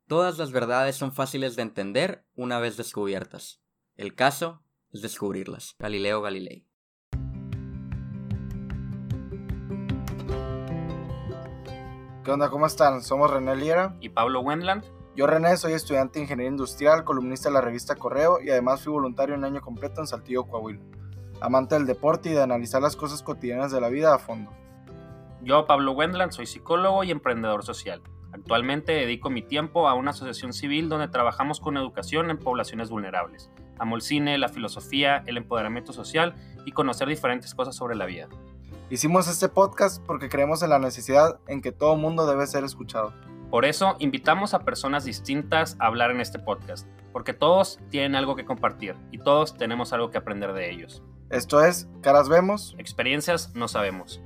Todas las verdades son fáciles de entender una vez descubiertas. El caso es descubrirlas. Galileo Galilei. ¿Qué onda? ¿Cómo están? Somos René Liera y Pablo Wendland. Yo, René, soy estudiante de Ingeniería Industrial, columnista de la revista Correo y además fui voluntario un año completo en Saltillo, Coahuila. Amante del deporte y de analizar las cosas cotidianas de la vida a fondo. Yo, Pablo Wendland, soy psicólogo y emprendedor social. Actualmente dedico mi tiempo a una asociación civil donde trabajamos con educación en poblaciones vulnerables. Amo el cine, la filosofía, el empoderamiento social y conocer diferentes cosas sobre la vida. Hicimos este podcast porque creemos en la necesidad en que todo mundo debe ser escuchado. Por eso, invitamos a personas distintas a hablar en este podcast, porque todos tienen algo que compartir y todos tenemos algo que aprender de ellos. Esto es Caras Vemos, Experiencias no sabemos.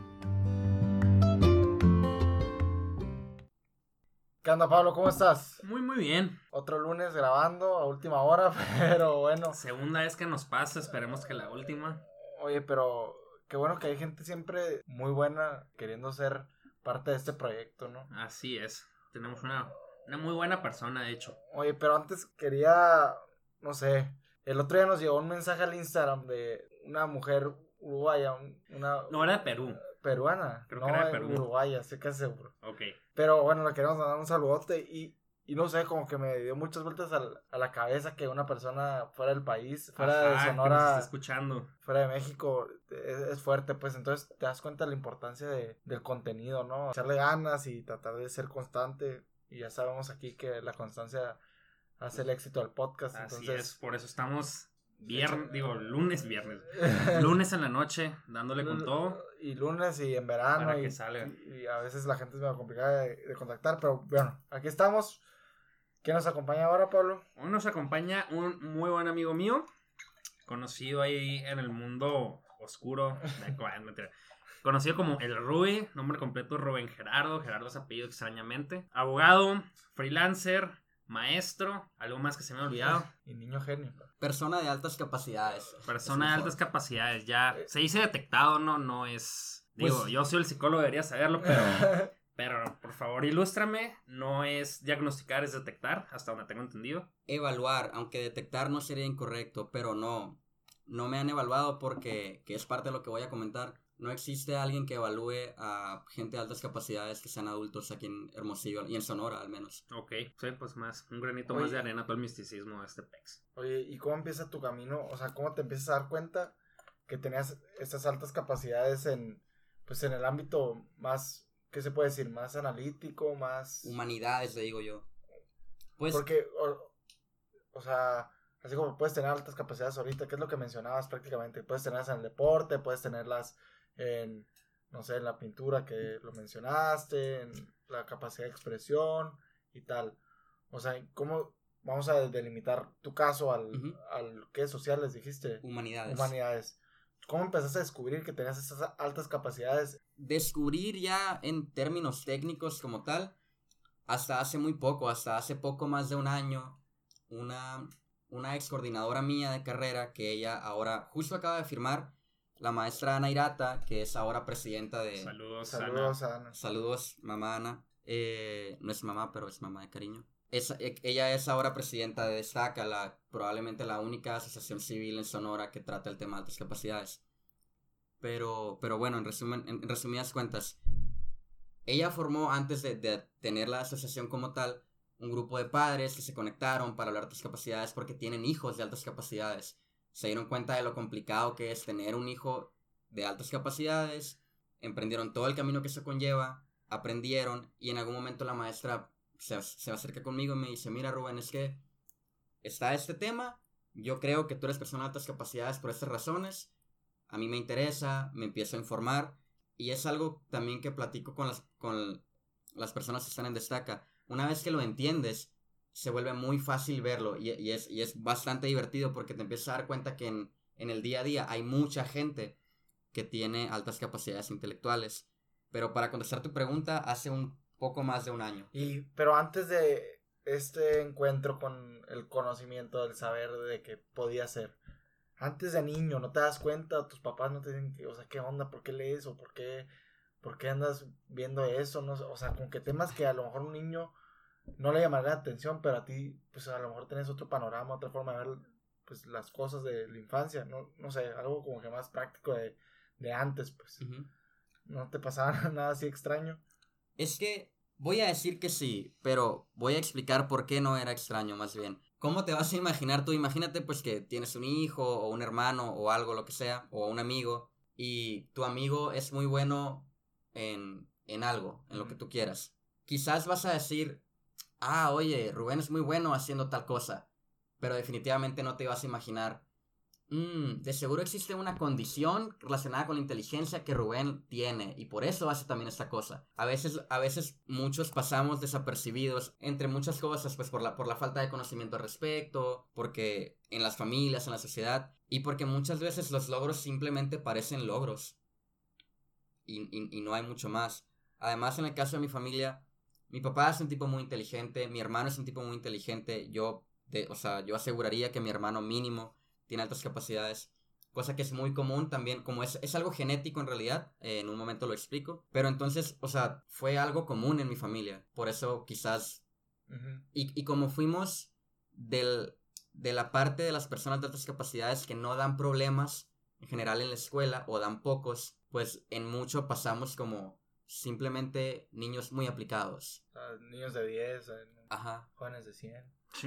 ¿Qué onda, Pablo? ¿Cómo estás? Muy bien. Otro lunes grabando a última hora, pero bueno. Segunda vez que nos pasa, esperemos que la última. Oye, pero qué bueno que hay gente siempre muy buena queriendo ser parte de este proyecto, ¿no? Así es. Tenemos una muy buena persona, de hecho. Oye, pero antes quería, no sé, el otro día nos llegó un mensaje al Instagram de una mujer uruguaya, No, era de Perú. Peruana. Creo que era de Perú. Uruguaya, estoy casi seguro. Ok. Pero bueno, le queremos mandar un saludote y no sé, como que me dio muchas vueltas a la cabeza que una persona fuera del país, fuera de Que nos Sonora, está escuchando. fuera de México, es fuerte, pues. Entonces te das cuenta de la importancia del contenido, ¿no? Echarle ganas y tratar de ser constante. Y ya sabemos aquí que la constancia hace el éxito del podcast. Así Entonces, es, por eso estamos lunes en la noche, dándole con todo. Y lunes y en verano. Para que salga. Y a veces la gente es medio complicada de contactar, pero bueno, aquí estamos. ¿Quién nos acompaña ahora, Pablo? Hoy nos acompaña un muy buen amigo mío, conocido ahí en el mundo oscuro, conocido como el Rui, nombre completo Rubén Gerardo es apellido extrañamente, abogado, freelancer, maestro, algo más que se me ha olvidado. Y niño genio. Persona de altas capacidades. Persona de altas capacidades, ya se dice detectado, no es... Digo, Pues, yo soy el psicólogo, debería saberlo, pero por favor ilústrame, no es diagnosticar, es detectar, hasta donde tengo entendido. Evaluar, aunque detectar no sería incorrecto, pero no me han evaluado porque, que es parte de lo que voy a comentar, no existe alguien que evalúe a gente de altas capacidades que sean adultos aquí en Hermosillo y en Sonora al menos. Ok, sí, pues un granito Oye, más de arena a todo el misticismo de este pex. Oye, ¿y cómo empieza tu camino? O sea, ¿cómo te empiezas a dar cuenta que tenías estas altas capacidades en el ámbito más, ¿qué se puede decir? Más analítico, más... Humanidades, le digo yo. Pues, Porque, o sea, así como puedes tener altas capacidades ahorita, que es lo que mencionabas prácticamente, puedes tenerlas en el deporte, puedes tenerlas en, no sé, en la pintura que lo mencionaste, en la capacidad de expresión y tal. O sea, ¿cómo vamos a delimitar tu caso al ¿qué sociales dijiste? Humanidades. ¿Cómo empezaste a descubrir que tenías esas altas capacidades? Descubrir ya en términos técnicos como tal, hasta hace poco más de un año, una ex coordinadora mía de carrera, que ella ahora justo acaba de firmar, la maestra Ana Hirata, que es ahora presidenta de... Saludos Ana. Saludos, mamá Ana. No es mamá, pero es mamá de cariño. Ella es ahora presidenta de Destaca, probablemente la única asociación civil en Sonora que trata el tema de altas capacidades. Pero bueno, en resumidas cuentas, ella formó, antes de tener la asociación como tal, un grupo de padres que se conectaron para hablar de altas capacidades porque tienen hijos de altas capacidades. Se dieron cuenta de lo complicado que es tener un hijo de altas capacidades, emprendieron todo el camino que eso conlleva, aprendieron, y en algún momento la maestra se acerca conmigo y me dice: mira, Rubén, es que está este tema, yo creo que tú eres persona de altas capacidades por estas razones, a mí me interesa, me empiezo a informar, y es algo también que platico con las personas que están en Destaca. Una vez que lo entiendes, se vuelve muy fácil verlo y es bastante divertido porque te empiezas a dar cuenta que en el día a día hay mucha gente que tiene altas capacidades intelectuales. Pero para contestar tu pregunta, hace un poco más de un año. Pero antes de este encuentro con el conocimiento, del saber de que podía ser, antes de niño, ¿no te das cuenta? Tus papás no te dicen, o sea, ¿qué onda? ¿Por qué lees? ¿O por qué andas viendo eso? No, o sea, con que temas que a lo mejor un niño no le llamaría la atención, pero a ti, pues a lo mejor tenés otro panorama, otra forma de ver pues las cosas de la infancia, no sé, algo como que más práctico de antes, pues. Ujú. ¿No te pasaba nada así extraño? Es que voy a decir que sí, pero voy a explicar por qué no era extraño más bien. ¿Cómo te vas a imaginar tú? Imagínate pues que tienes un hijo o un hermano o algo, lo que sea, o un amigo, y tu amigo es muy bueno en algo, en lo que tú quieras. Quizás vas a decir, oye, Rubén es muy bueno haciendo tal cosa, pero definitivamente no te vas a imaginar. De seguro existe una condición relacionada con la inteligencia que Rubén tiene y por eso hace también esta cosa. A veces muchos pasamos desapercibidos entre muchas cosas, pues por la falta de conocimiento al respecto, porque en las familias, en la sociedad, y porque muchas veces los logros simplemente parecen logros y no hay mucho más. Además, en el caso de mi familia, mi papá es un tipo muy inteligente, mi hermano es un tipo muy inteligente, yo aseguraría que mi hermano mínimo tiene altas capacidades, cosa que es muy común también, como es algo genético en realidad, en un momento lo explico, pero entonces, fue algo común en mi familia, por eso quizás, Uh-huh. y como fuimos de la parte de las personas de altas capacidades que no dan problemas en general en la escuela, o dan pocos, pues en mucho pasamos como simplemente niños muy aplicados. Niños de 10, Ajá. jóvenes de 100.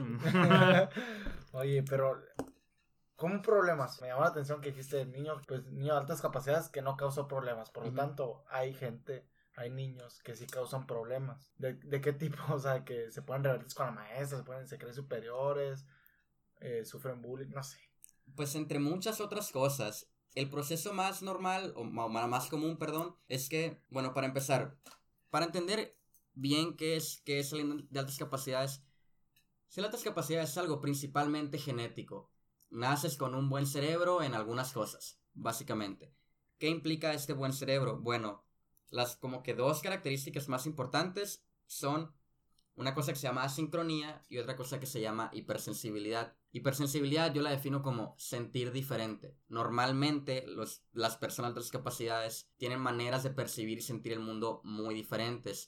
Oye, pero ¿cómo problemas? Me llamó la atención que dijiste niño de altas capacidades que no causó problemas. Por lo Ujú. tanto, hay niños que sí causan problemas. ¿De qué tipo? O sea, que se pueden rebelar con la maestra, se creen superiores, sufren bullying, no sé. Pues entre muchas otras cosas, el proceso más normal, o más común, perdón, es que, bueno, para empezar, para entender bien qué es el de altas capacidades, si la altas capacidades es algo principalmente genético. Naces con un buen cerebro en algunas cosas, básicamente. ¿Qué implica este buen cerebro? Bueno, las como que dos características más importantes son una cosa que se llama asincronía y otra cosa que se llama hipersensibilidad. Hipersensibilidad yo la defino como sentir diferente. Normalmente las personas de las capacidades tienen maneras de percibir y sentir el mundo muy diferentes.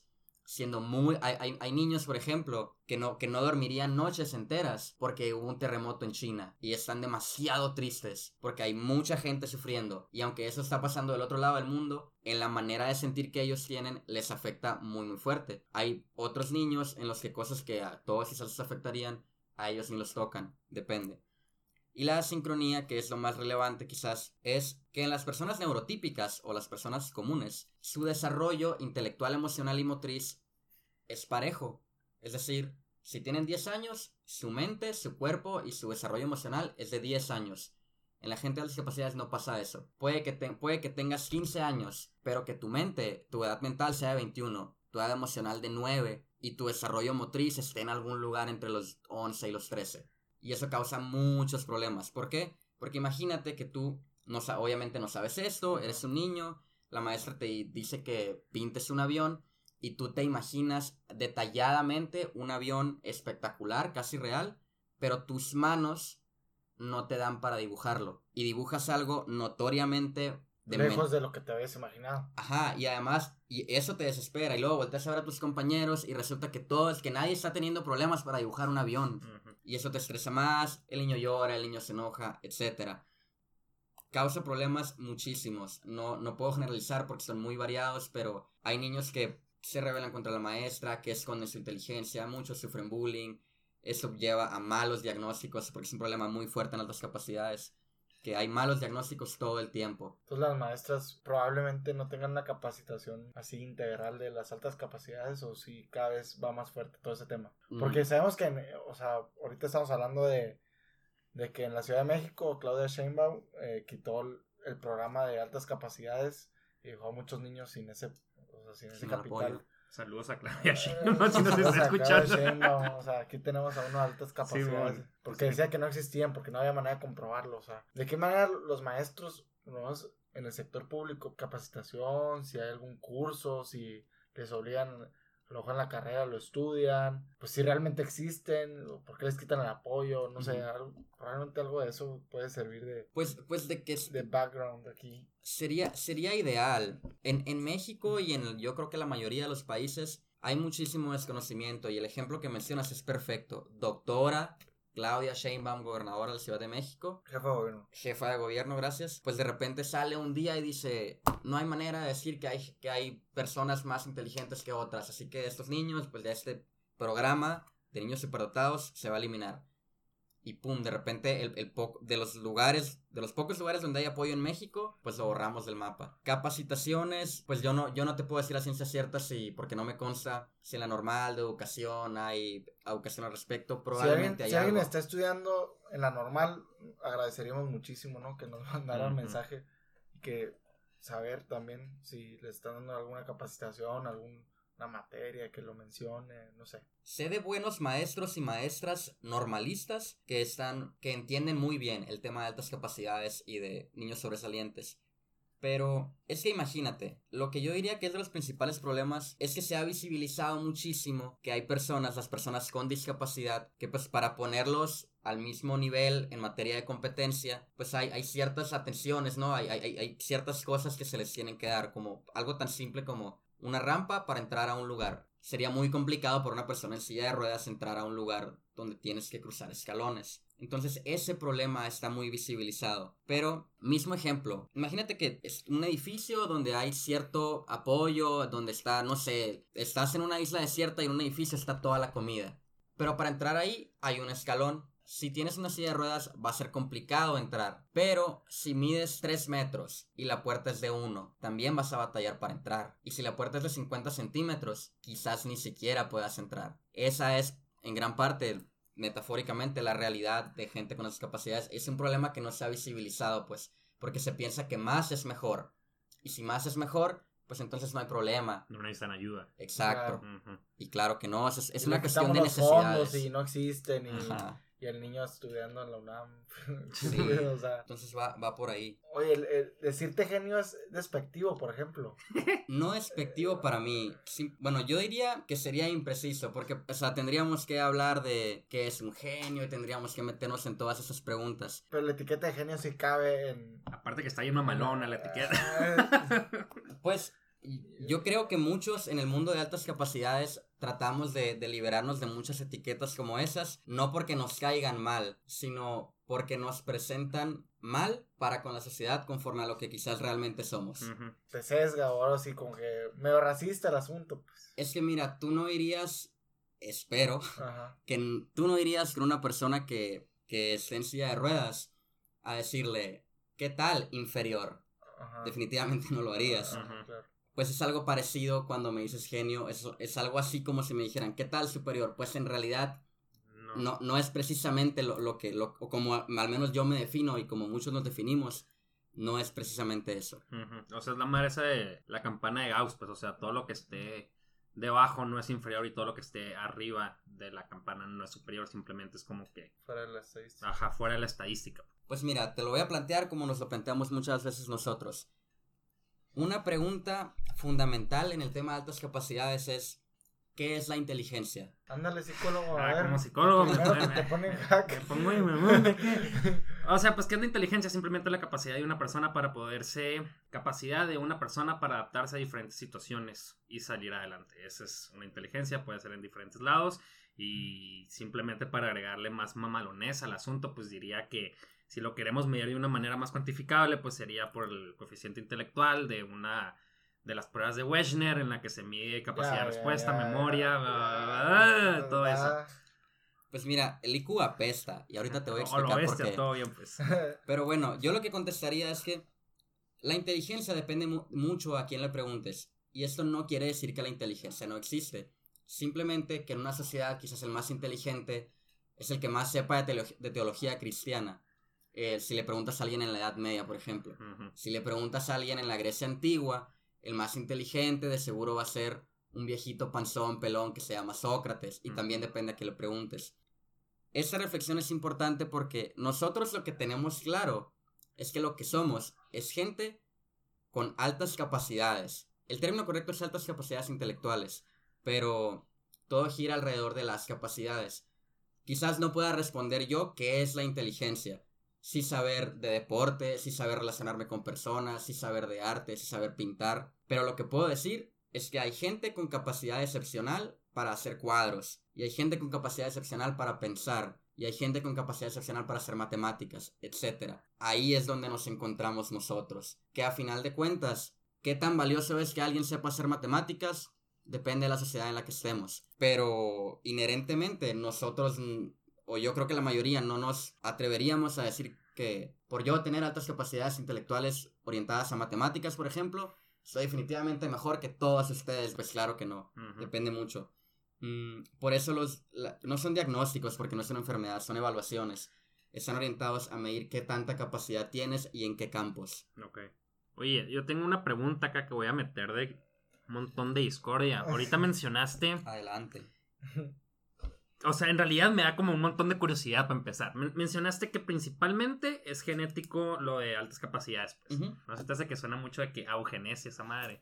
Hay niños, por ejemplo, que no dormirían noches enteras porque hubo un terremoto en China y están demasiado tristes porque hay mucha gente sufriendo, y aunque eso está pasando del otro lado del mundo, en la manera de sentir que ellos tienen les afecta muy muy fuerte. Hay otros niños en los que cosas que a todos quizás les afectarían, a ellos ni los tocan, depende. Y la asincronía, que es lo más relevante quizás, es que en las personas neurotípicas o las personas comunes, su desarrollo intelectual, emocional y motriz es parejo. Es decir, si tienen 10 años, su mente, su cuerpo y su desarrollo emocional es de 10 años. En la gente de altas capacidades no pasa eso. Puede que tengas 15 años, pero que tu edad mental sea de 21, tu edad emocional de 9 y tu desarrollo motriz esté en algún lugar entre los 11 y los 13. Y eso causa muchos problemas. ¿Por qué? Porque imagínate que tú obviamente no sabes esto, eres un niño, la maestra te dice que pintes un avión y tú te imaginas detalladamente un avión espectacular, casi real, pero tus manos no te dan para dibujarlo. Y dibujas algo notoriamente lejos de lo que te habías imaginado. Ajá, y además, y eso te desespera, y luego volteas a ver a tus compañeros y resulta que nadie está teniendo problemas para dibujar un avión. Ujú. Y eso te estresa más, el niño llora, el niño se enoja, etc. Causa problemas muchísimos. No puedo generalizar porque son muy variados, pero hay niños que se rebelan contra la maestra, que esconden su inteligencia, muchos sufren bullying. Eso lleva a malos diagnósticos porque es un problema muy fuerte en altas capacidades, que hay malos diagnósticos todo el tiempo. Entonces las maestras probablemente no tengan una capacitación así integral de las altas capacidades, o si cada vez va más fuerte todo ese tema. Porque sabemos que, ahorita estamos hablando de que en la Ciudad de México Claudia Sheinbaum quitó el programa de altas capacidades y dejó a muchos niños sin ese capital. Apoyo. Saludos a Claudia Sheinbaum, si nos está escuchando. Aquí tenemos a uno de altas capacidades. Sí, bueno, porque decía que no existían, porque no había manera de comprobarlo. ¿De qué manera los maestros en el sector público, capacitación, si hay algún curso, si les obligan, a lo mejor en la carrera lo estudian, pues si realmente existen, o por qué les quitan el apoyo, no sé, probablemente algo de eso puede servir de de background aquí. Sería ideal. En México y yo creo que la mayoría de los países hay muchísimo desconocimiento y el ejemplo que mencionas es perfecto. Doctora Claudia Sheinbaum, gobernadora de la Ciudad de México. Jefa de gobierno, gracias. Pues de repente sale un día y dice, no hay manera de decir que hay personas más inteligentes que otras. Así que estos niños, pues de este programa de niños superdotados se va a eliminar. Y pum, de repente de los pocos lugares donde hay apoyo en México, pues lo borramos del mapa. Capacitaciones, pues yo no te puedo decir a ciencia cierta porque no me consta si en la normal de educación hay educación al respecto. Probablemente si alguien está estudiando en la normal, agradeceríamos muchísimo, ¿no? Que nos mandara un mensaje y que saber también si le están dando alguna capacitación, alguna materia que lo mencione, no sé. Sé de buenos maestros y maestras normalistas que entienden muy bien el tema de altas capacidades y de niños sobresalientes. Pero es que imagínate, lo que yo diría que es de los principales problemas es que se ha visibilizado muchísimo que hay las personas con discapacidad, que pues para ponerlos al mismo nivel en materia de competencia, pues hay ciertas atenciones, ¿no? Hay ciertas cosas que se les tienen que dar, como algo tan simple como una rampa para entrar a un lugar. Sería muy complicado para una persona en silla de ruedas entrar a un lugar donde tienes que cruzar escalones. Entonces ese problema está muy visibilizado. Pero, mismo ejemplo, imagínate que es un edificio donde hay cierto apoyo, donde está, no sé, estás en una isla desierta y en un edificio está toda la comida. Pero para entrar ahí hay un escalón. Si tienes una silla de ruedas va a ser complicado entrar, pero si mides 3 metros y la puerta es de 1, también vas a batallar para entrar. Y si la puerta es de 50 centímetros, quizás ni siquiera puedas entrar. Esa es, en gran parte, metafóricamente, la realidad de gente con discapacidades. Es un problema que no se ha visibilizado, pues, porque se piensa que más es mejor. Y si más es mejor, pues entonces no hay problema. No necesitan ayuda. Exacto. Claro. Y claro que no, es una cuestión de necesidades. Fondos y no existen y el niño estudiando en la UNAM. Sí, o sea, entonces va por ahí. Oye, el decirte genio es despectivo, por ejemplo. No despectivo para mí. Sí, bueno, yo diría que sería impreciso, porque, o sea, tendríamos que hablar de qué es un genio y tendríamos que meternos en todas esas preguntas. Pero la etiqueta de genio sí cabe en... Aparte que está ahí una malona la etiqueta. Pues, yo creo que muchos en el mundo de altas capacidades tratamos de liberarnos de muchas etiquetas como esas, no porque nos caigan mal, sino porque nos presentan mal para con la sociedad conforme a lo que quizás realmente somos. Te sesga o algo así, como que medio racista el asunto, pues. Es que mira, tú no irías, espero, que tú no irías con una persona que esté en silla de ruedas a decirle, ¿qué tal, inferior? Definitivamente no lo harías. Claro. Pues es algo parecido cuando me dices genio, es algo así como si me dijeran, ¿qué tal, superior? Pues en realidad no es precisamente o como al menos yo me defino y como muchos nos definimos, no es precisamente eso. O sea, es la madre esa de la campana de Gauss, pues, o sea, todo lo que esté debajo no es inferior y todo lo que esté arriba de la campana no es superior, simplemente es como que... Fuera de la estadística. Fuera de la estadística. Pues mira, te lo voy a plantear como nos lo planteamos muchas veces nosotros. Una pregunta fundamental en el tema de altas capacidades es, ¿qué es la inteligencia? Ándale, psicólogo, a ver. Como psicólogo. Te ponen hack. O sea, pues, ¿qué es la inteligencia? Simplemente la capacidad de una persona para adaptarse a diferentes situaciones y salir adelante. Esa es una inteligencia, puede ser en diferentes lados. Y simplemente para agregarle más mamalonés al asunto, pues diría que si lo queremos medir de una manera más cuantificable, pues sería por el coeficiente intelectual de una de las pruebas de Wechsner, en la que se mide capacidad de respuesta, memoria, todo eso. Pues mira, el IQ apesta, y ahorita te voy a explicar por qué. Todo bien, pues. Pero bueno, yo lo que contestaría es que la inteligencia depende mucho a quién le preguntes, y esto no quiere decir que la inteligencia no existe. Simplemente que en una sociedad quizás el más inteligente es el que más sepa de teología cristiana. Si le preguntas a alguien en la Edad Media, por ejemplo. Si le preguntas a alguien en la Grecia antigua, el más inteligente de seguro va a ser un viejito panzón, pelón que se llama Sócrates. Y también depende a quién le preguntes. Esta reflexión es importante porque nosotros lo que tenemos claro es que lo que somos es gente con altas capacidades. El término correcto es altas capacidades intelectuales, pero todo gira alrededor de las capacidades. Quizás no pueda responder yo qué es la inteligencia. Sí saber de deporte, sí saber relacionarme con personas, sí saber de arte, sí saber pintar. Pero lo que puedo decir es que hay gente con capacidad excepcional para hacer cuadros, y hay gente con capacidad excepcional para pensar, y hay gente con capacidad excepcional para hacer matemáticas, etc. Ahí es donde nos encontramos nosotros, que a final de cuentas, ¿qué tan valioso es que alguien sepa hacer matemáticas? Depende de la sociedad en la que estemos, pero inherentemente nosotros, o yo creo que la mayoría, no nos atreveríamos a decir que por yo tener altas capacidades intelectuales orientadas a matemáticas, por ejemplo, soy definitivamente mejor que todos ustedes. Pues claro que no, depende mucho. Por eso no son diagnósticos, porque no es una enfermedad, son evaluaciones. Están orientados a medir qué tanta capacidad tienes y en qué campos. Ok. Oye, yo tengo una pregunta acá que voy a meter de un montón de discordia. Ahorita mencionaste... Adelante. O sea, en realidad me da como un montón de curiosidad para empezar. Mencionaste que principalmente es genético lo de altas capacidades. Pues. No se te hace que suena mucho de que eugenesia esa madre.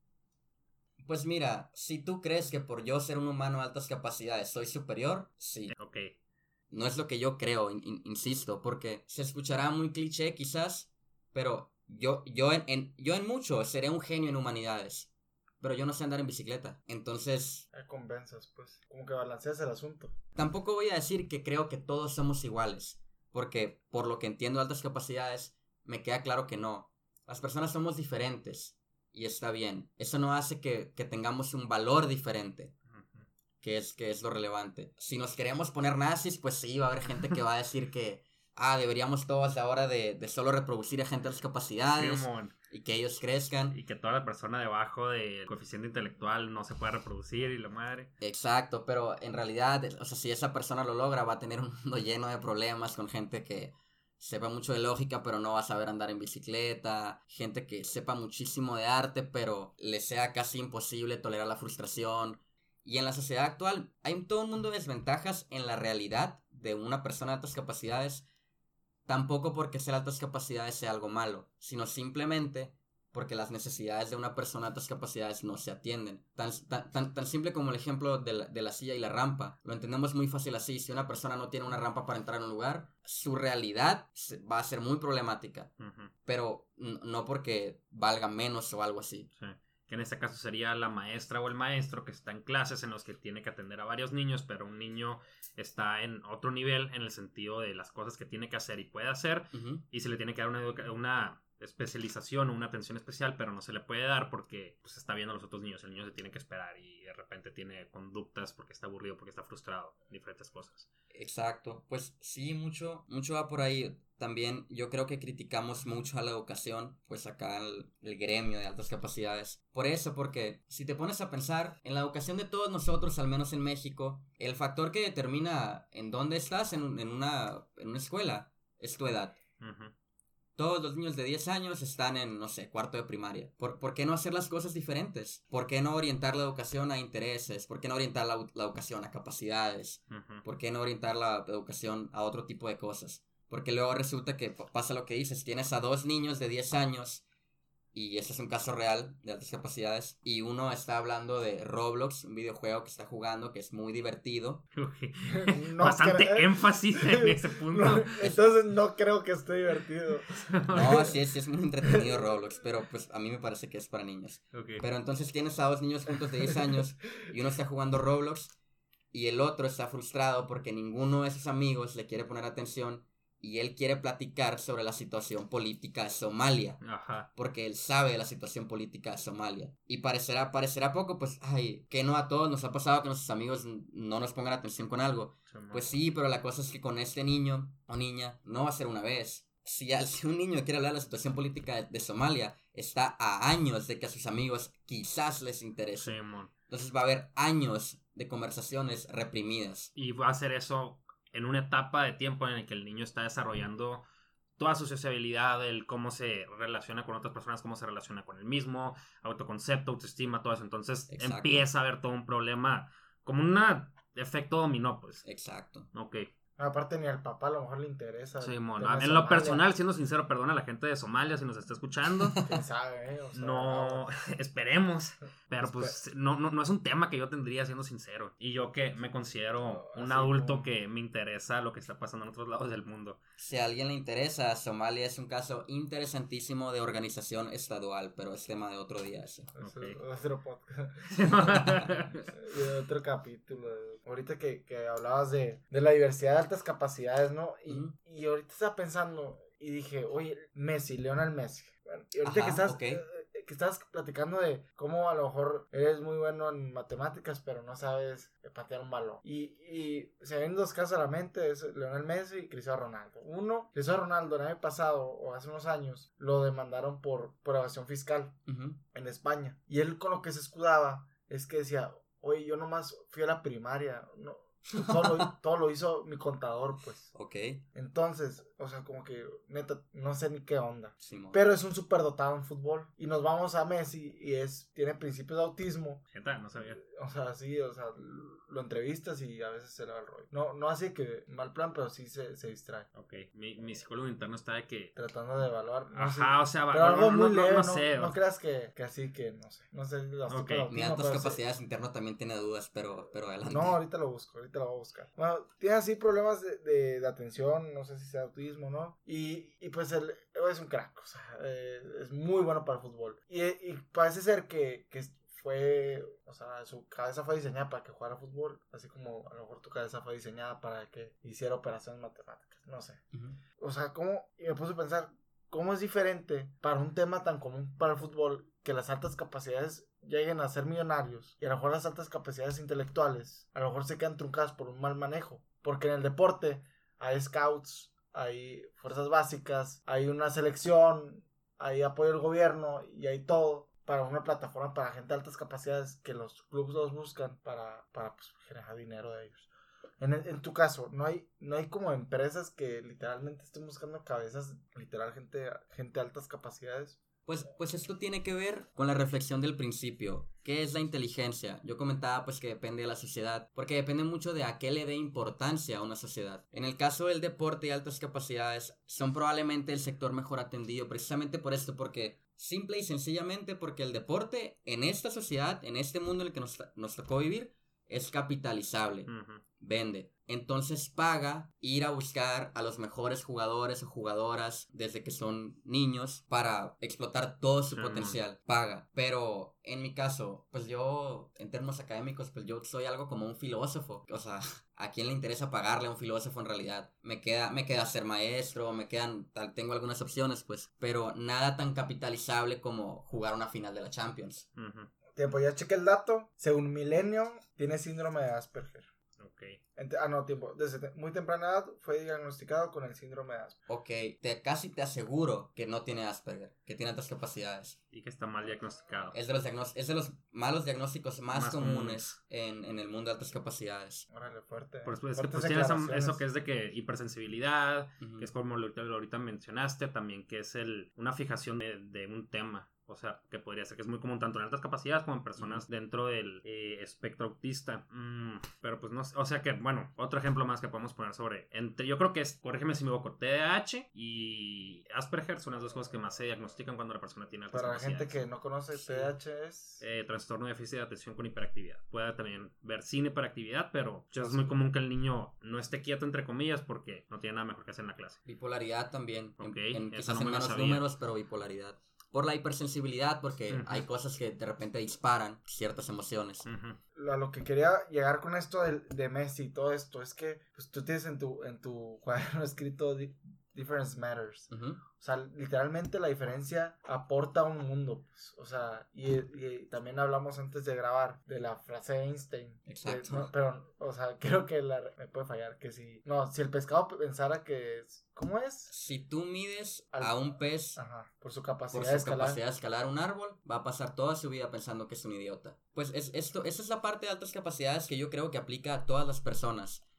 Pues mira, si tú crees que por yo ser un humano de altas capacidades soy superior, sí. Ok. No es lo que yo creo, insisto, porque se escuchará muy cliché quizás, pero yo en mucho seré un genio en humanidades, pero yo no sé andar en bicicleta. Entonces... convenzas, pues. Como que balanceas el asunto. Tampoco voy a decir que creo que todos somos iguales, porque por lo que entiendo de altas capacidades, me queda claro que no. Las personas somos diferentes, y está bien. Eso no hace que tengamos un valor diferente, que es lo relevante. Si nos queremos poner nazis, pues sí, va a haber gente que va a decir que deberíamos todos ahora de solo reproducir a gente de altas capacidades, y que ellos crezcan. Y que toda la persona debajo del coeficiente intelectual no se pueda reproducir y la madre. Exacto, pero en realidad, o sea, si esa persona lo logra, va a tener un mundo lleno de problemas con gente que sepa mucho de lógica, pero no va a saber andar en bicicleta, gente que sepa muchísimo de arte, pero le sea casi imposible tolerar la frustración. Y en la sociedad actual hay todo un mundo de desventajas en la realidad de una persona de altas capacidades. Tampoco porque ser altas capacidades sea algo malo, sino simplemente porque las necesidades de una persona de altas capacidades no se atienden. Tan simple como el ejemplo de la silla y la rampa. Lo entendemos muy fácil así. Si una persona no tiene una rampa para entrar a un lugar, su realidad va a ser muy problemática. Pero no porque valga menos o algo así. Sí. Que en este caso sería la maestra o el maestro que está en clases en los que tiene que atender a varios niños, pero un niño está en otro nivel en el sentido de las cosas que tiene que hacer y puede hacer, y se le tiene que dar una especialización o una atención especial, pero no se le puede dar porque pues, está viendo a los otros niños. El niño se tiene que esperar y de repente tiene conductas porque está aburrido, porque está frustrado, diferentes cosas. Exacto, pues sí, mucho va por ahí. También yo creo que criticamos mucho a la educación, pues acá el gremio de altas capacidades. Por eso, porque si te pones a pensar, en la educación de todos nosotros, al menos en México, el factor que determina en dónde estás en una escuela es tu edad. Todos los niños de 10 años están en, no sé, cuarto de primaria. ¿Por qué no hacer las cosas diferentes? ¿Por qué no orientar la educación a intereses? ¿Por qué no orientar la educación a capacidades? ¿Por qué no orientar la educación a otro tipo de cosas? Porque luego resulta que pasa lo que dices. Tienes a 2 niños de 10 años, y este es un caso real de altas capacidades, y uno está hablando de Roblox, un videojuego que está jugando, que es muy divertido. Bastante énfasis en ese punto. No, entonces no creo que esté divertido. No, sí es muy entretenido Roblox, pero pues a mí me parece que es para niños. Pero entonces tienes a 2 niños juntos de 10 años, y uno está jugando Roblox, y el otro está frustrado porque ninguno de sus amigos le quiere poner atención, y él quiere platicar sobre la situación política de Somalia. Porque él sabe de la situación política de Somalia. Y parecerá poco, pues, que no a todos nos ha pasado que nuestros amigos no nos pongan atención con algo. Pues sí, pero la cosa es que con este niño o niña no va a ser una vez. Si un niño quiere hablar de la situación política de Somalia, está a años de que a sus amigos quizás les interese. Entonces va a haber años de conversaciones reprimidas. Y va a hacer eso en una etapa de tiempo en el que el niño está desarrollando toda su sociabilidad, el cómo se relaciona con otras personas, cómo se relaciona con él mismo, autoconcepto, autoestima, todo eso. Entonces empieza a haber todo un problema, como un efecto dominó, pues. Exacto. Ok. Aparte ni al papá a lo mejor le interesa. Sí, el mono. tema de En lo Somalia. personal, siendo sincero, perdona a la gente de Somalia si nos está escuchando. Quién sabe, o sea, No, esperemos. Pero pues no es un tema que yo tendría, siendo sincero. Y yo que me considero un así adulto como- que me interesa lo que está pasando en otros lados del mundo. Si a alguien le interesa, Somalia es un caso interesantísimo de organización estadual, pero es tema de otro día ese. Es Ok. otro podcast. De otro capítulo. Ahorita que hablabas de la diversidad de altas capacidades, ¿no? Ujú. Y ahorita estaba pensando y dije, oye, Messi, Lionel Messi. Bueno, y ahorita Ajá, ok. que estás platicando de cómo a lo mejor eres muy bueno en matemáticas, pero no sabes patear un balón. Y se ven dos casos a la mente, es Lionel Messi y Cristiano Ronaldo. Uno, Cristiano Ronaldo el año pasado o hace unos años lo demandaron por evasión fiscal Ujú. en España. Y él con lo que se escudaba es que decía, oye, yo nomás fui a la primaria, no, todo lo hizo mi contador, pues. Ok, Entonces, o sea, como que neta, no sé ni qué onda. Simón. Pero es un superdotado en fútbol. Y nos vamos a Messi y tiene principios de autismo. Jeta, no sabía. O sea, sí, o sea, lo entrevistas y a veces se le va el rollo. No así que mal plan, pero sí se distrae. Ok, mi psicólogo interno está de que... Tratando de evaluar. No sé. Ajá, o sea, Pero algo muy leve, no no, sé. no creas que así que, no sé. No sé, las Ok, tipos de Mi autismo, altas pero sí. capacidades interno también tiene dudas, pero adelante. No, ahorita lo busco, ahorita lo voy a buscar. Bueno, tiene así problemas de atención, no sé si sea autismo, ¿no? Y pues él es un crack, o sea, es muy bueno para el fútbol. Y parece ser que fue, o sea, su cabeza fue diseñada para que jugara fútbol, así como a lo mejor tu cabeza fue diseñada para que hiciera operaciones matemáticas, no sé. Ujú. O sea, ¿cómo? Y me puse a pensar, ¿cómo es diferente para un tema tan común para el fútbol que las altas capacidades lleguen a ser millonarios y a lo mejor las altas capacidades intelectuales a lo mejor se quedan truncadas por un mal manejo? Porque en el deporte hay scouts, hay fuerzas básicas, hay una selección, hay apoyo del gobierno y hay todo para una plataforma para gente de altas capacidades que los clubes los buscan para pues, generar dinero de ellos. En tu caso, ¿no hay como empresas que literalmente estén buscando cabezas, literal gente de altas capacidades? Pues esto tiene que ver con la reflexión del principio. ¿Qué es la inteligencia? Yo comentaba pues que depende de la sociedad, porque depende mucho de a qué le dé importancia a una sociedad. En el caso del deporte y altas capacidades, son probablemente el sector mejor atendido, precisamente por esto, porque simple y sencillamente porque el deporte en esta sociedad, en este mundo en el que nos tocó vivir, es capitalizable. Ujú. Vende. Entonces paga ir a buscar a los mejores jugadores o jugadoras desde que son niños para explotar todo su Sí, potencial. Paga. Pero en mi caso, pues yo, en términos académicos, pues yo soy algo como un filósofo. O sea, ¿a quién le interesa pagarle a un filósofo en realidad? Me queda ser maestro, tengo algunas opciones, pues, pero nada tan capitalizable como jugar una final de la Champions. Ujú. Tiempo, ya chequé el dato. Según Milenio, tiene síndrome de Asperger. Ok. Tiempo. Desde muy temprana edad fue diagnosticado con el síndrome de Asperger. Ok, casi te aseguro que no tiene Asperger, que tiene altas capacidades. Y que está mal diagnosticado. Es de los malos diagnósticos más Más comunes en el mundo de altas capacidades. Órale, fuerte. Pues, Fuertes tienes declaraciones. eso que es de que hipersensibilidad, Ujú. que es como lo ahorita mencionaste, también que es una fijación de un tema. O sea, que podría ser que es muy común tanto en altas capacidades como en personas dentro del espectro autista. Pero pues no sé. O sea que, bueno, otro ejemplo más que podemos poner sobre. Yo creo que es, corrígeme si me equivoco, TDAH y Asperger son las dos cosas que más se diagnostican cuando la persona tiene altas Para la capacidades. gente que no conoce, Sí. TDAH es... Trastorno de déficit de atención con hiperactividad. Puede también ver sin hiperactividad, pero es muy común que el niño no esté quieto, entre comillas, porque no tiene nada mejor que hacer en la clase. Bipolaridad también. Ok, esa Quizás no en me la menos sabía. números, pero bipolaridad. Por la hipersensibilidad, porque Ujú. hay cosas que de repente disparan ciertas emociones. Ujú. A lo que quería llegar con esto de Messi y todo esto es que pues, tú tienes en tu cuaderno escrito Difference Matters. Ujú. O sea, literalmente la diferencia aporta a un mundo, pues. O sea, y también hablamos antes de grabar de la frase de Einstein. Exacto. No, pero, o sea, creo que me puede fallar que si... No, si el pescado pensara que es... ¿Cómo es? Si tú mides a un pez Ajá, por su capacidad por de su escalar. capacidad de escalar un árbol, va a pasar toda su vida pensando que es un idiota. Pues esa es la parte de altas capacidades que yo creo que aplica a todas las personas.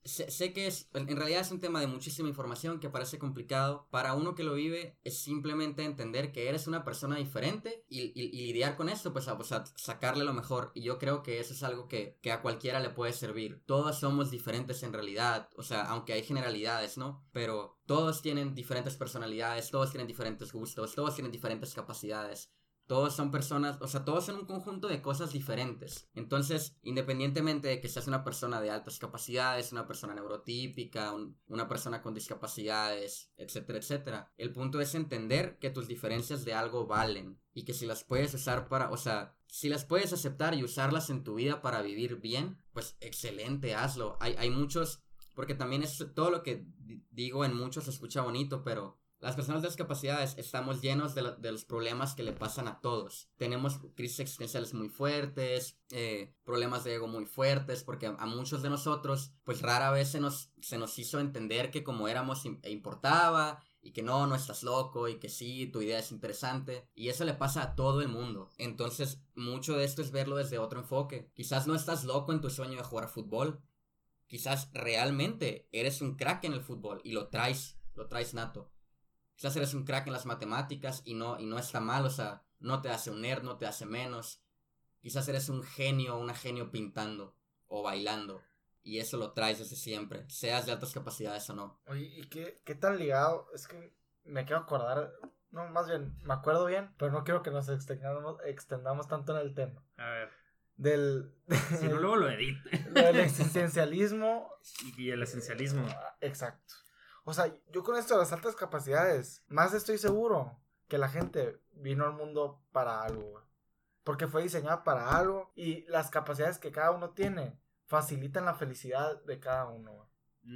sé que en realidad es un tema de muchísima información que parece complicado. Para uno que lo vive es simplemente entender que eres una persona diferente y lidiar con esto, pues a sacarle lo mejor. Y yo creo que eso es algo que a cualquiera le puede servir. Todos somos diferentes en realidad, o sea, aunque hay generalidades, ¿no? Pero todos tienen diferentes personalidades, todos tienen diferentes gustos, todos tienen diferentes capacidades. Todos son personas, o sea, todos son un conjunto de cosas diferentes. Entonces, independientemente de que seas una persona de altas capacidades, una persona neurotípica, una persona con discapacidades, etcétera, etcétera, el punto es entender que tus diferencias de algo valen y que si las puedes usar o sea, si las puedes aceptar y usarlas en tu vida para vivir bien, pues excelente, hazlo. Hay muchos, porque también es todo lo que digo en muchos se escucha bonito, pero las personas de discapacidades estamos llenos de los problemas que le pasan a todos. Tenemos crisis existenciales muy fuertes, problemas de ego muy fuertes, porque a muchos de nosotros, pues rara vez se nos hizo entender que como éramos importaba, y que no estás loco, y que sí, tu idea es interesante, y eso le pasa a todo el mundo. Entonces, mucho de esto es verlo desde otro enfoque. Quizás no estás loco en tu sueño de jugar fútbol, quizás realmente eres un crack en el fútbol, y lo traes nato. Quizás eres un crack en las matemáticas y no está mal, o sea, no te hace un nerd, no te hace menos. Quizás eres un genio o una genio pintando o bailando y eso lo traes desde siempre, seas de altas capacidades o no. Oye, ¿y qué tan ligado? Es que me quiero acordar, no, más bien, me acuerdo bien, pero no quiero que nos extendamos tanto en el tema. A ver. Si no, luego lo edito. Del existencialismo. Y el esencialismo. Exacto. O sea, yo con esto de las altas capacidades, más estoy seguro que la gente vino al mundo para algo, güey. Porque fue diseñada para algo y las capacidades que cada uno tiene facilitan la felicidad de cada uno, güey.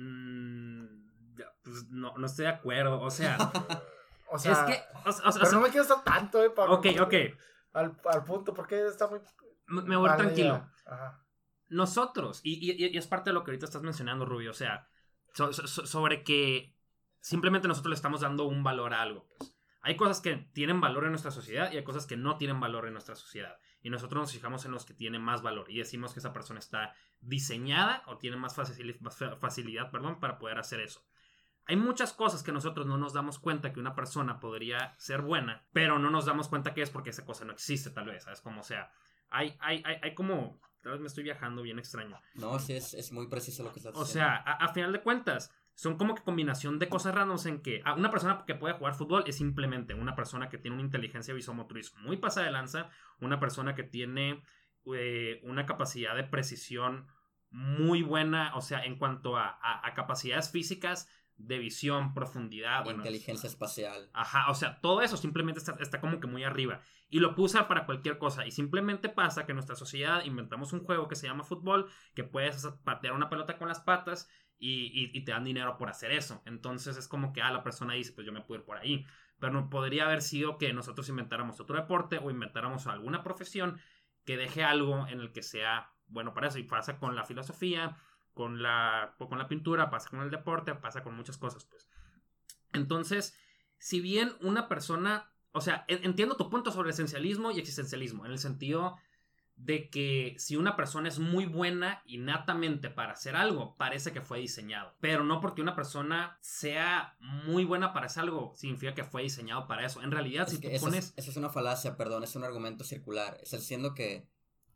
Pues no estoy de acuerdo, o sea... o sea, es que... pero no me quiero estar tanto, Pablo. Ok. Al punto, porque está muy... Me voy tranquilo. Ajá. Nosotros, y es parte de lo que ahorita estás mencionando, Rubio, o sea... sobre que simplemente nosotros le estamos dando un valor a algo. Pues. Hay cosas que tienen valor en nuestra sociedad y hay cosas que no tienen valor en nuestra sociedad. Y nosotros nos fijamos en los que tienen más valor y decimos que esa persona está diseñada o tiene más facilidad, para poder hacer eso. Hay muchas cosas que nosotros no nos damos cuenta que una persona podría ser buena, pero no nos damos cuenta que es porque esa cosa no existe, tal vez. ¿Sabes? Como, o sea, hay como... Tal vez me estoy viajando bien extraño. No, sí, es muy preciso lo que estás diciendo. O sea, a final de cuentas, son como que combinación de cosas randoms en que una persona que puede jugar fútbol es simplemente una persona que tiene una inteligencia visomotriz muy pasada de lanza, una persona que tiene una capacidad de precisión muy buena, o sea, en cuanto a capacidades físicas, de visión, profundidad. Inteligencia espacial. Ajá, o sea, todo eso simplemente está como que muy arriba. Y lo puedo usar para cualquier cosa. Y simplemente pasa que en nuestra sociedad inventamos un juego que se llama fútbol, que puedes patear una pelota con las patas y te dan dinero por hacer eso. Entonces es como que la persona dice, pues yo me puedo ir por ahí. Pero no podría haber sido que nosotros inventáramos otro deporte o inventáramos alguna profesión que deje algo en el que sea bueno para eso. Y pasa con la filosofía, con la pintura, pasa con el deporte, pasa con muchas cosas, pues. Entonces, si bien una persona... O sea, entiendo tu punto sobre esencialismo y existencialismo, en el sentido de que si una persona es muy buena innatamente para hacer algo, parece que fue diseñado. Pero no porque una persona sea muy buena para hacer algo, significa que fue diseñado para eso. En realidad, si tú pones... Eso es una falacia, perdón, es un argumento circular. Es diciendo que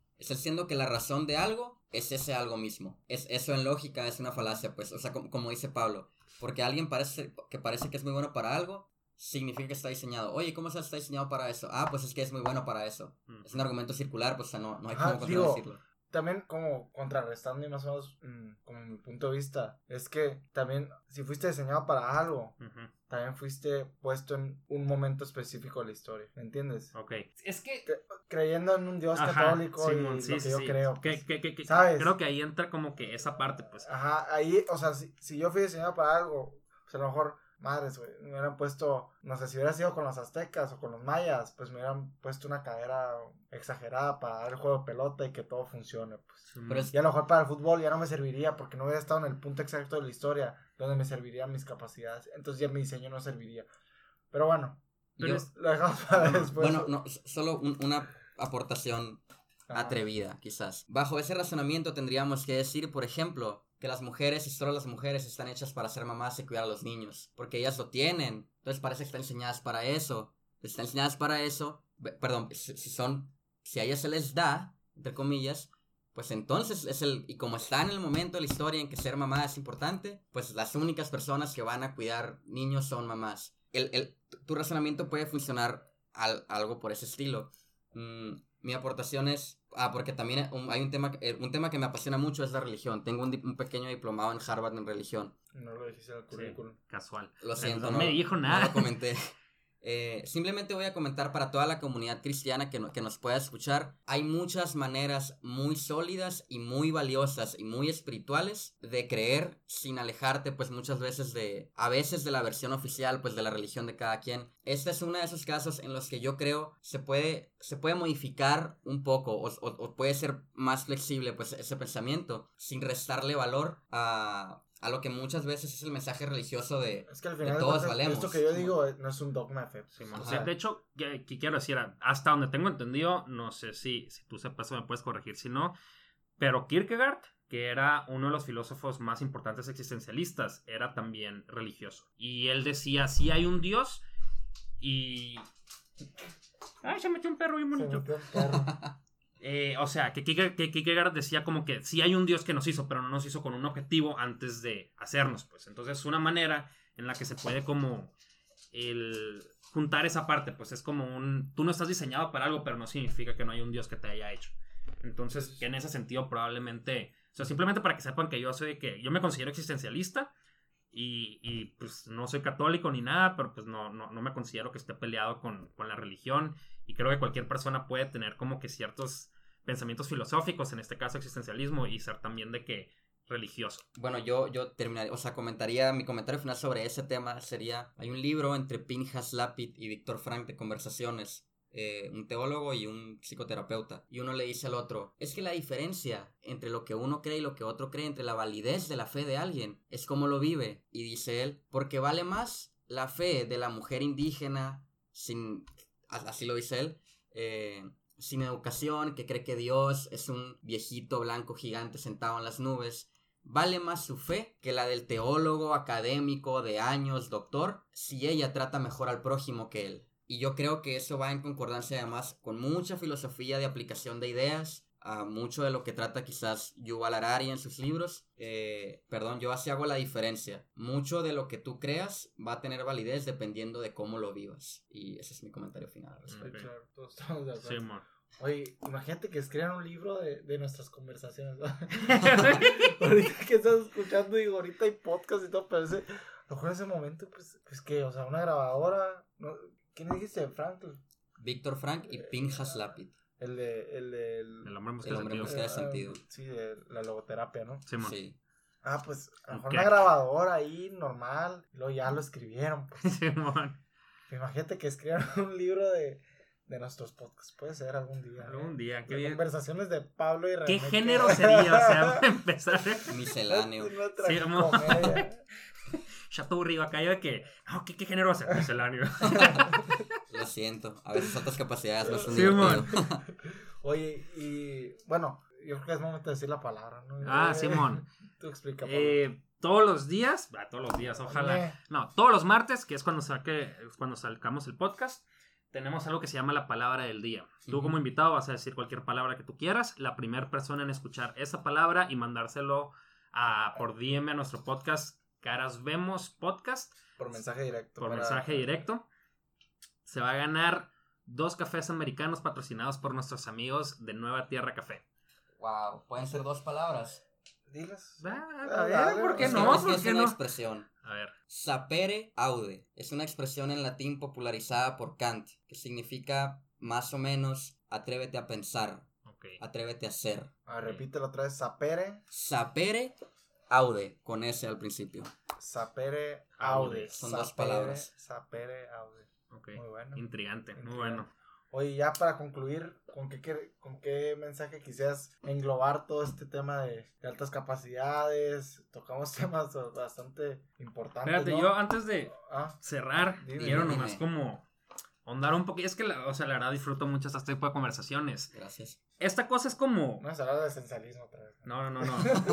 la razón de algo es ese algo mismo. Eso en lógica es una falacia, pues. O sea, como dice Pablo. Porque alguien parece que es muy bueno para algo, significa que está diseñado. Oye, ¿cómo está diseñado para eso? Pues es que es muy bueno para eso. Es un argumento circular, pues, o sea, no hay cómo contradecirlo. También como contrarrestando y más o menos como mi punto de vista, es que también si fuiste diseñado para algo, también fuiste puesto en un momento específico de la historia, ¿me entiendes? Ok. Es que... creyendo en un Dios católico Simón, y sí, lo que yo creo. Pues, ¿sabes? Creo que ahí entra como que esa parte, pues. Ajá, ahí, o sea, si yo fui diseñado para algo, pues a lo mejor... Madres, güey, me hubieran puesto, no sé, si hubiera sido con los aztecas o con los mayas, pues me hubieran puesto una cadera exagerada para dar el juego de pelota y que todo funcione, pues. Y a lo mejor para el fútbol ya no me serviría porque no hubiera estado en el punto exacto de la historia donde me servirían mis capacidades, entonces ya mi diseño no serviría. Pero bueno, lo dejamos para después. Bueno, no, solo una aportación atrevida, quizás. Bajo ese razonamiento tendríamos que decir, por ejemplo, que las mujeres y solo las mujeres están hechas para ser mamás y cuidar a los niños, porque ellas lo tienen, entonces parece que están enseñadas para eso, perdón, si a ellas se les da, entre comillas, pues entonces y como está en el momento de la historia en que ser mamá es importante, pues las únicas personas que van a cuidar niños son mamás. Tu razonamiento puede funcionar algo por ese estilo. Mi aportación es, porque también hay un tema que me apasiona mucho, es la religión. Tengo un pequeño diplomado en Harvard en religión. No lo dijiste en el currículum. Sí, casual. Lo siento, no me dijo nada. No lo comenté. Simplemente voy a comentar para toda la comunidad cristiana que nos pueda escuchar. Hay muchas maneras muy sólidas y muy valiosas y muy espirituales de creer sin alejarte pues muchas veces de la versión oficial pues de la religión de cada quien. Este es uno de esos casos en los que yo creo se puede modificar un poco o puede ser más flexible pues ese pensamiento sin restarle valor a lo que muchas veces es el mensaje religioso de, es que al final todos valemos. Esto que yo digo no es un dogma de fe. Sí, o sea, de hecho, que quiero decir, hasta donde tengo entendido, no sé si tú sepas o me puedes corregir si no, pero Kierkegaard, que era uno de los filósofos más importantes existencialistas, era también religioso. Y él decía, sí hay un Dios y... ¡Ay, se metió un perro bien bonito! O sea, que Kierkegaard decía como que sí hay un Dios que nos hizo, pero no nos hizo con un objetivo antes de hacernos, pues. Entonces, una manera en la que se puede como juntar esa parte, pues es como tú no estás diseñado para algo, pero no significa que no hay un Dios que te haya hecho. Entonces, que en ese sentido probablemente, o sea, simplemente para que sepan que yo me considero existencialista y pues no soy católico ni nada, pero pues no me considero que esté peleado con la religión. Y creo que cualquier persona puede tener como que ciertos pensamientos filosóficos, en este caso existencialismo, y ser también de que religioso. Bueno, yo terminaría, o sea, mi comentario final sobre ese tema sería, hay un libro entre Pinchas Lapid y Viktor Frankl de conversaciones, un teólogo y un psicoterapeuta, y uno le dice al otro, es que la diferencia entre lo que uno cree y lo que otro cree, entre la validez de la fe de alguien, es cómo lo vive, y dice él, porque vale más la fe de la mujer indígena así lo dice él, sin educación, que cree que Dios es un viejito blanco gigante sentado en las nubes. Vale más su fe que la del teólogo académico de años, doctor, si ella trata mejor al prójimo que él. Y yo creo que eso va en concordancia además con mucha filosofía de aplicación de ideas, a mucho de lo que trata quizás Yuval Harari en sus libros. Yo así hago la diferencia. Mucho de lo que tú creas va a tener validez dependiendo de cómo lo vivas. Y ese es mi comentario final al respecto. Okay. Claro, todos estamos de acuerdo. Sí, man. Oye, imagínate que escriban un libro de nuestras conversaciones, ¿no? Ahorita que estás escuchando, digo, ahorita hay podcast y todo, pero a lo mejor en ese momento, pues que, o sea, una grabadora, ¿no? ¿Quién dijiste? Frankl. Víctor Frankl y Pinchas Lapid. El hombre en busca de sentido. Sí, de la logoterapia, ¿no? Sí, sí. Ah, pues a lo mejor una grabadora ahí, normal, y luego ya lo escribieron, pues. Sí, man. Imagínate que escriban un libro de nuestros podcasts. Puede ser algún día. Algún día. Qué bien. Conversaciones de Pablo y René. ¿Qué género sería? O sea, para empezar. Misceláneo. Sí, Ya todo arriba acá, yo de que, no, ¿qué género va a ser? Misceláneo. Lo siento, a veces otras capacidades no son Simón. Oye, y bueno, yo creo que es momento de decir la palabra, ¿no? Simón. Tú explica, todos los días, ojalá. No, todos los martes, que es cuando sacamos el podcast, tenemos algo que se llama la palabra del día. Tú como invitado vas a decir cualquier palabra que tú quieras. La primera persona en escuchar esa palabra y mandárselo por DM a nuestro podcast, Caras Vemos Podcast. Por mensaje directo. Mensaje directo. Se va a ganar 2 cafés americanos patrocinados por nuestros amigos de Nueva Tierra Café. Wow, pueden ser 2 palabras. Dilas. A ver, ¿por qué no? Es una expresión. A ver. Sapere aude es una expresión en latín popularizada por Kant, que significa más o menos atrévete a pensar, atrévete a ser. Repítelo otra vez, sapere aude, con S al principio. Sapere aude. Son 2 palabras. Sapere aude. Okay. Muy bueno. Intrigante, muy bueno. Oye, ya para concluir, ¿con qué mensaje quisieras englobar todo este tema de altas capacidades? Tocamos temas bastante importantes. Espérate, ¿no? yo antes de cerrar, quiero nomás dime. Como ahondar un poquito. Es que, la verdad disfruto mucho este tipo de conversaciones. Gracias. Esta cosa es como... No es hablar de esencialismo otra vez. No.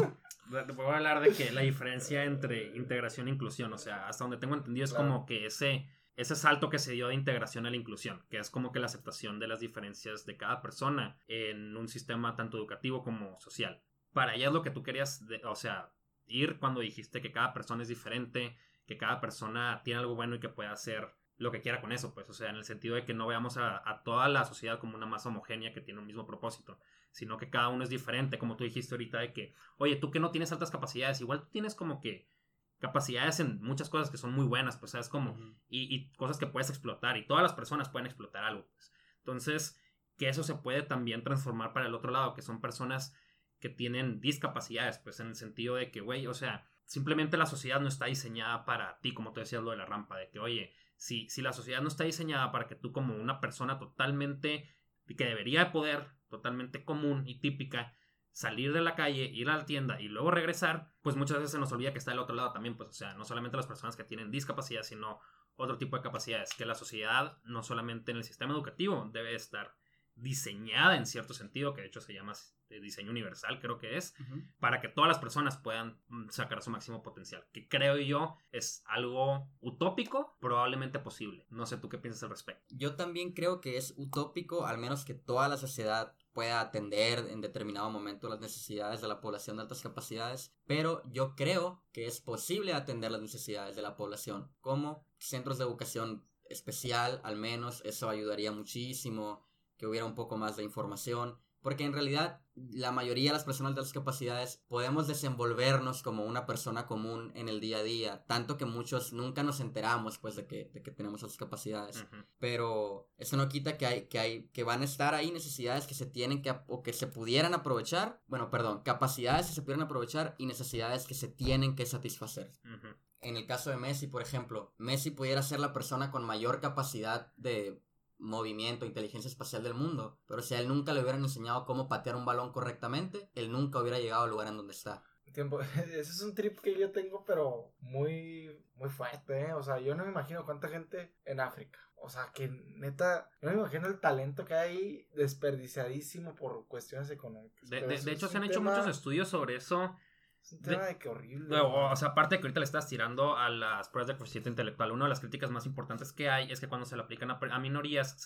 Te puedo hablar de que la diferencia entre integración e inclusión, o sea, hasta donde tengo entendido es Claro. como que ese salto que se dio de integración a la inclusión, que es como que la aceptación de las diferencias de cada persona en un sistema tanto educativo como social. Para allá es lo que tú querías, o sea, ir cuando dijiste que cada persona es diferente, que cada persona tiene algo bueno y que puede hacer lo que quiera con eso, pues, o sea, en el sentido de que no veamos a toda la sociedad como una masa homogénea que tiene un mismo propósito, sino que cada uno es diferente, como tú dijiste ahorita de que, oye, tú que no tienes altas capacidades, igual tú tienes como que capacidades en muchas cosas que son muy buenas, pues, ¿sabes? Como, y cosas que puedes explotar, y todas las personas pueden explotar algo, pues. Entonces, que eso se puede también transformar para el otro lado, que son personas que tienen discapacidades, pues, en el sentido de que, güey, o sea, simplemente la sociedad no está diseñada para ti, como tú decías lo de la rampa, de que, oye, si la sociedad no está diseñada para que tú como una persona totalmente, que debería poder, totalmente común y típica, salir de la calle, ir a la tienda y luego regresar, pues muchas veces se nos olvida que está el otro lado también, pues, o sea, no solamente las personas que tienen discapacidad, sino otro tipo de capacidades, que la sociedad, no solamente en el sistema educativo, debe estar diseñada en cierto sentido, que de hecho se llama diseño universal, creo que es, para que todas las personas puedan sacar su máximo potencial, que creo yo es algo utópico, probablemente posible. No sé tú qué piensas al respecto. Yo también creo que es utópico, al menos que toda la sociedad pueda atender en determinado momento las necesidades de la población de altas capacidades, pero yo creo que es posible atender las necesidades de la población, como centros de educación especial, al menos eso ayudaría muchísimo, que hubiera un poco más de información, porque en realidad la mayoría de las personas de las capacidades podemos desenvolvernos como una persona común en el día a día, tanto que muchos nunca nos enteramos pues de que tenemos esas capacidades, pero eso no quita que van a estar ahí necesidades que se tienen que o que se pudieran aprovechar, capacidades que se pudieran aprovechar y necesidades que se tienen que satisfacer. En el caso de Messi, por ejemplo, Messi pudiera ser la persona con mayor capacidad de movimiento, inteligencia espacial del mundo, pero si a él nunca le hubieran enseñado cómo patear un balón correctamente, él nunca hubiera llegado al lugar en donde está. Ese es un trip que yo tengo, pero muy, muy fuerte, ¿eh? O sea, yo no me imagino cuánta gente en África. O sea, que neta, no me imagino el talento que hay ahí desperdiciadísimo por cuestiones económicas. De hecho, se han hecho muchos estudios sobre eso. Es un tema de que horrible. O sea, aparte de que ahorita le estás tirando a las pruebas de coeficiente intelectual, una de las críticas más importantes que hay es que cuando se le aplican a minorías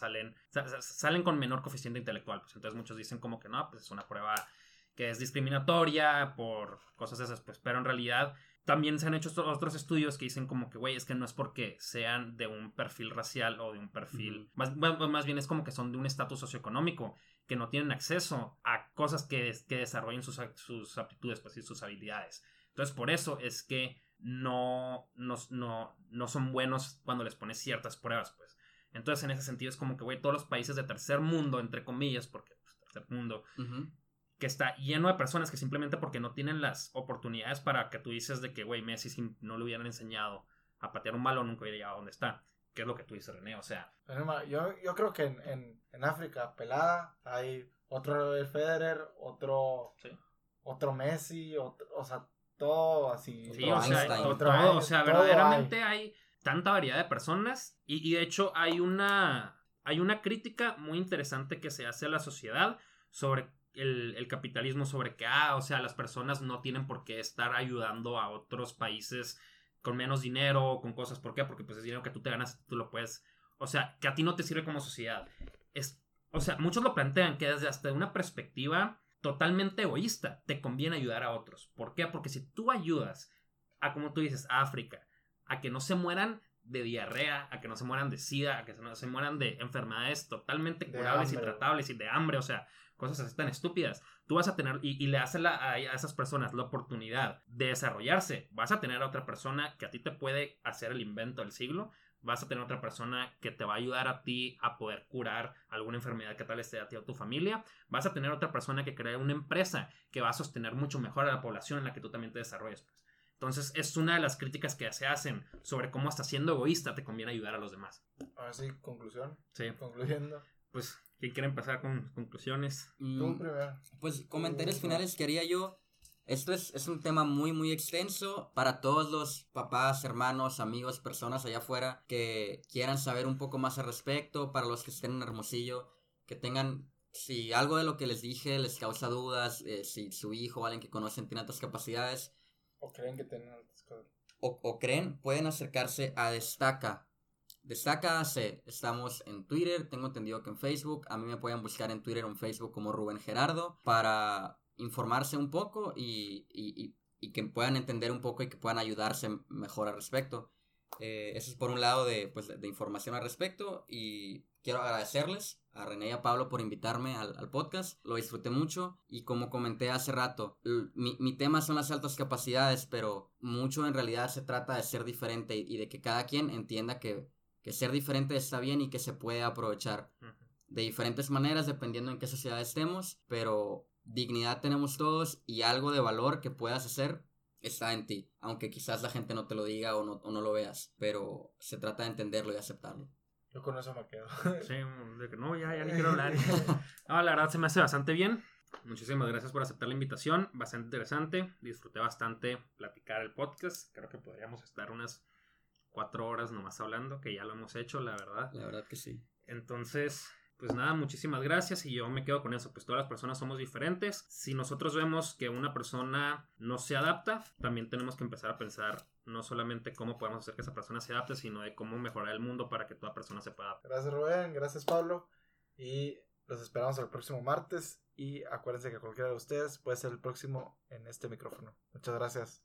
salen con menor coeficiente intelectual. Pues entonces muchos dicen como que no, pues es una prueba que es discriminatoria por cosas esas, pues, pero en realidad también se han hecho otros estudios que dicen como que, güey, es que no es porque sean de un perfil racial o de un perfil, más bien es como que son de un estatus socioeconómico, que no tienen acceso a cosas que desarrollen sus aptitudes, pues, y sus habilidades. Entonces, por eso es que no son buenos cuando les pones ciertas pruebas, pues. Entonces, en ese sentido es como que, güey, todos los países de tercer mundo, entre comillas, porque pues, tercer mundo, que está lleno de personas que simplemente porque no tienen las oportunidades para que tú dices de que, güey, Messi si no le hubieran enseñado a patear un balón nunca hubiera llegado a donde está. ¿Qué es lo que tú dices, René? O sea... Yo creo que en África, pelada, hay otro Federer, otro Messi, o sea, todo así. Sí, o sea, verdaderamente hay tanta variedad de personas y de hecho hay una crítica muy interesante que se hace a la sociedad sobre el capitalismo, sobre que, o sea, las personas no tienen por qué estar ayudando a otros países con menos dinero, con cosas. ¿Por qué? Porque pues es dinero que tú te ganas, tú lo puedes, o sea, que a ti no te sirve como sociedad. O sea, muchos lo plantean que desde hasta una perspectiva totalmente egoísta te conviene ayudar a otros. ¿Por qué? Porque si tú ayudas a, como tú dices, a África, a que no se mueran de diarrea, a que no se mueran de sida, a que no se mueran de enfermedades totalmente curables y tratables y de hambre, o sea, cosas así tan estúpidas, tú vas a tener, y le haces a esas personas la oportunidad de desarrollarse, vas a tener a otra persona que a ti te puede hacer el invento del siglo, vas a tener otra persona que te va a ayudar a ti a poder curar alguna enfermedad que tal esté a ti o a tu familia, vas a tener otra persona que crea una empresa que va a sostener mucho mejor a la población en la que tú también te desarrolles, pues. Entonces es una de las críticas que se hacen sobre cómo hasta siendo egoísta te conviene ayudar a los demás. Ahora sí, conclusión. Sí. Concluyendo. Pues, ¿quién quiere empezar con conclusiones? Tú primero. Pues comentarios finales que haría yo. Esto es un tema muy muy extenso para todos los papás, hermanos, amigos, personas allá afuera que quieran saber un poco más al respecto, para los que estén en Hermosillo, que tengan si algo de lo que les dije les causa dudas, si su hijo o alguien que conocen tiene altas capacidades O creen que tienen altas cosas. o creen, pueden acercarse a Destaca. Destaca AC, estamos en Twitter, tengo entendido que en Facebook, a mí me pueden buscar en Twitter o en Facebook como Rubén Gerardo para informarse un poco y que puedan entender un poco y que puedan ayudarse mejor al respecto. Eso es por un lado de información al respecto y quiero agradecerles a René y a Pablo por invitarme al podcast, lo disfruté mucho y como comenté hace rato, mi tema son las altas capacidades, pero mucho en realidad se trata de ser diferente y de que cada quien entienda que ser diferente está bien y que se puede aprovechar de diferentes maneras dependiendo en qué sociedad estemos, pero dignidad tenemos todos y algo de valor que puedas hacer está en ti, aunque quizás la gente no te lo diga o no lo veas, pero se trata de entenderlo y aceptarlo. Yo con eso me quedo. Sí, de que no, ya ni quiero hablar. No, la verdad se me hace bastante bien. Muchísimas gracias por aceptar la invitación, bastante interesante, disfruté bastante platicar el podcast, creo que podríamos estar unas 4 horas nomás hablando, que ya lo hemos hecho, la verdad. La verdad que sí. Entonces, pues nada, muchísimas gracias y yo me quedo con eso, pues todas las personas somos diferentes. Si nosotros vemos que una persona no se adapta, también tenemos que empezar a pensar no solamente cómo podemos hacer que esa persona se adapte, sino de cómo mejorar el mundo para que toda persona se pueda adaptar. Gracias Rubén, gracias Pablo y los esperamos el próximo martes y acuérdense que cualquiera de ustedes puede ser el próximo en este micrófono. Muchas gracias.